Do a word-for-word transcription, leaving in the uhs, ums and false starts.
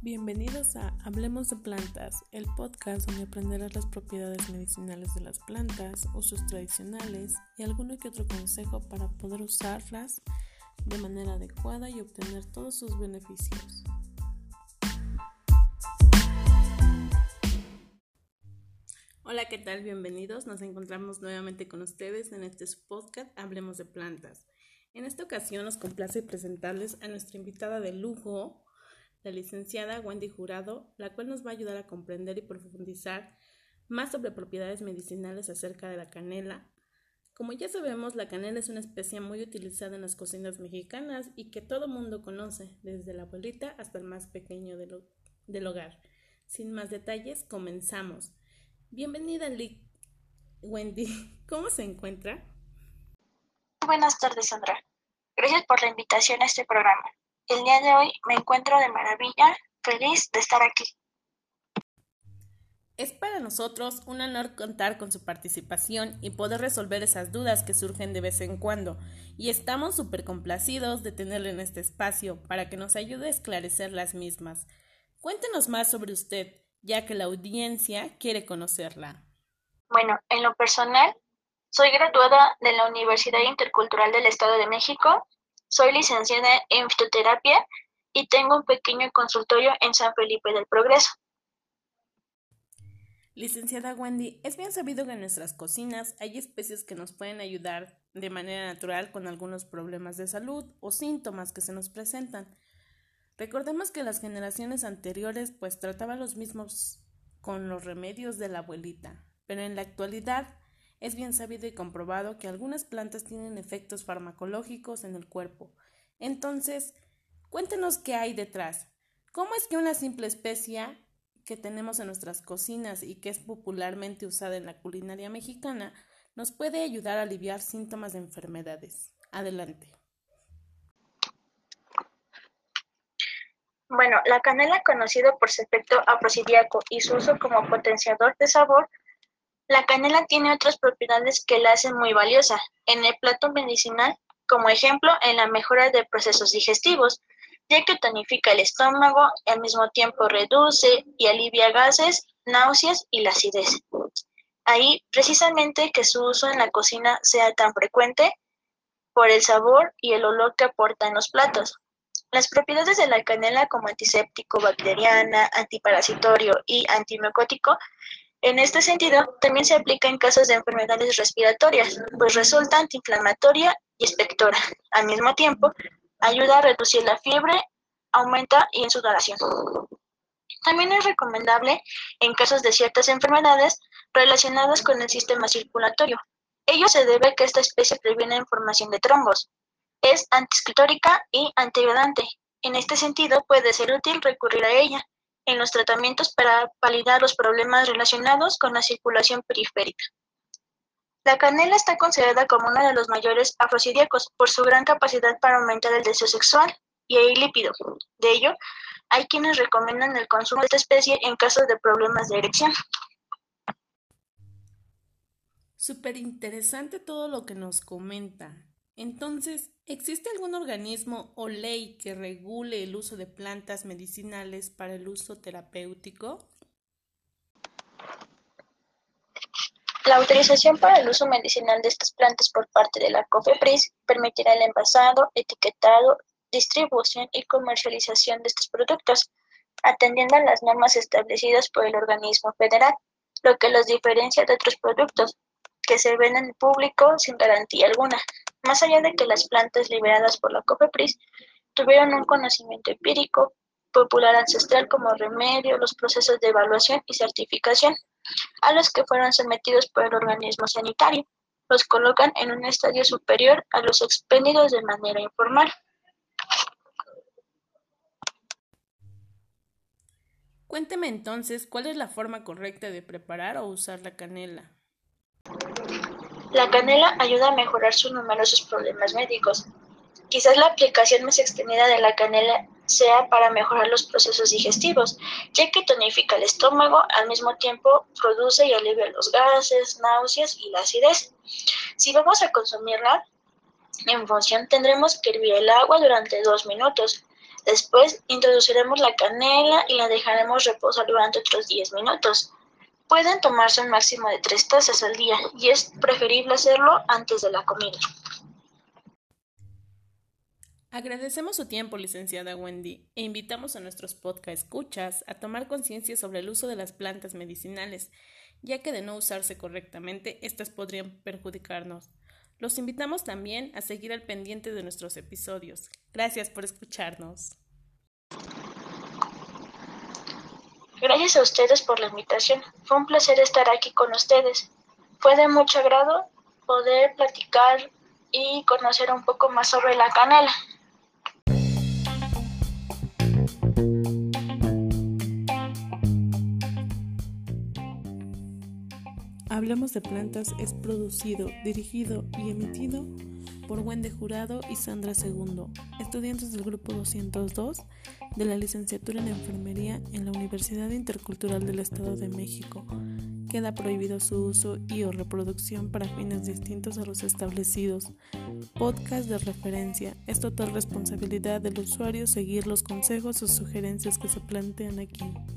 Bienvenidos a Hablemos de Plantas, el podcast donde aprenderás las propiedades medicinales de las plantas, usos tradicionales y alguno que otro consejo para poder usarlas de manera adecuada y obtener todos sus beneficios. Hola, ¿qué tal? Bienvenidos. Nos encontramos nuevamente con ustedes en este podcast Hablemos de Plantas. En esta ocasión nos complace presentarles a nuestra invitada de lujo, la licenciada Wendy Jurado, la cual nos va a ayudar a comprender y profundizar más sobre propiedades medicinales acerca de la canela. Como ya sabemos, la canela es una especie muy utilizada en las cocinas mexicanas y que todo mundo conoce, desde la abuelita hasta el más pequeño del, del hogar. Sin más detalles, comenzamos. Bienvenida, Lic. Wendy, ¿cómo se encuentra? Buenas tardes, Sandra. Gracias por la invitación a este programa. El día de hoy me encuentro de maravilla, feliz de estar aquí. Es para nosotros un honor contar con su participación y poder resolver esas dudas que surgen de vez en cuando, y estamos súper complacidos de tenerle en este espacio para que nos ayude a esclarecer las mismas. Cuéntenos más sobre usted, ya que la audiencia quiere conocerla. Bueno, en lo personal, soy graduada de la Universidad Intercultural del Estado de México, soy licenciada en fitoterapia y tengo un pequeño consultorio en San Felipe del Progreso. Licenciada Wendy, es bien sabido que en nuestras cocinas hay especies que nos pueden ayudar de manera natural con algunos problemas de salud o síntomas que se nos presentan. Recordemos que las generaciones anteriores pues trataban los mismos con los remedios de la abuelita, pero en la actualidad es bien sabido y comprobado que algunas plantas tienen efectos farmacológicos en el cuerpo. Entonces, cuéntenos qué hay detrás. ¿Cómo es que una simple especia que tenemos en nuestras cocinas y que es popularmente usada en la culinaria mexicana nos puede ayudar a aliviar síntomas de enfermedades? Adelante. Bueno, la canela, conocida por su efecto afrodisíaco y su uso como potenciador de sabor, la canela tiene otras propiedades que la hacen muy valiosa en el plato medicinal, como ejemplo en la mejora de procesos digestivos, ya que tonifica el estómago y al mismo tiempo reduce y alivia gases, náuseas y la acidez. Ahí, precisamente que su uso en la cocina sea tan frecuente por el sabor y el olor que aporta en los platos. Las propiedades de la canela como antiséptico, bacteriana, antiparasitorio y antimicótico, en este sentido, también se aplica en casos de enfermedades respiratorias, pues resulta antiinflamatoria y expectora. Al mismo tiempo, ayuda a reducir la fiebre, aumenta y en sudoración. También es recomendable en casos de ciertas enfermedades relacionadas con el sistema circulatorio. Ello se debe a que esta especie previene la formación de trombos. Es antiesclerótica y antiagregante. En este sentido, puede ser útil recurrir a ella en los tratamientos para paliar los problemas relacionados con la circulación periférica. La canela está considerada como uno de los mayores afrodisíacos por su gran capacidad para aumentar el deseo sexual y el lípido. De ello, hay quienes recomiendan el consumo de esta especie en casos de problemas de erección. Súper interesante todo lo que nos comenta. Entonces, ¿existe algún organismo o ley que regule el uso de plantas medicinales para el uso terapéutico? La autorización para el uso medicinal de estas plantas por parte de la COFEPRIS permitirá el envasado, etiquetado, distribución y comercialización de estos productos, atendiendo a las normas establecidas por el organismo federal, lo que los diferencia de otros productos que se venden en público sin garantía alguna. Más allá de que las plantas liberadas por la COFEPRIS tuvieron un conocimiento empírico, popular ancestral como remedio, los procesos de evaluación y certificación, a los que fueron sometidos por el organismo sanitario, los colocan en un estadio superior a los expendidos de manera informal. Cuénteme entonces, ¿cuál es la forma correcta de preparar o usar la canela? La canela ayuda a mejorar sus numerosos problemas médicos. Quizás la aplicación más extendida de la canela sea para mejorar los procesos digestivos, ya que tonifica el estómago, al mismo tiempo produce y alivia los gases, náuseas y la acidez. Si vamos a consumirla en función, tendremos que hervir el agua durante dos minutos. Después introduciremos la canela y la dejaremos reposar durante otros diez minutos. Pueden tomarse un máximo de tres tazas al día y es preferible hacerlo antes de la comida. Agradecemos su tiempo, licenciada Wendy, e invitamos a nuestros podcast escuchas a tomar conciencia sobre el uso de las plantas medicinales, ya que de no usarse correctamente, estas podrían perjudicarnos. Los invitamos también a seguir al pendiente de nuestros episodios. Gracias por escucharnos. Gracias a ustedes por la invitación. Fue un placer estar aquí con ustedes. Fue de mucho agrado poder platicar y conocer un poco más sobre la canela. Hablemos de Plantas es producido, dirigido y emitido por Wendy Jurado y Sandra Segundo, estudiantes del grupo doscientos dos de la licenciatura en Enfermería en la Universidad Intercultural del Estado de México. Queda prohibido su uso y o reproducción para fines distintos a los establecidos. Podcast de referencia. Es total responsabilidad del usuario seguir los consejos o sugerencias que se plantean aquí.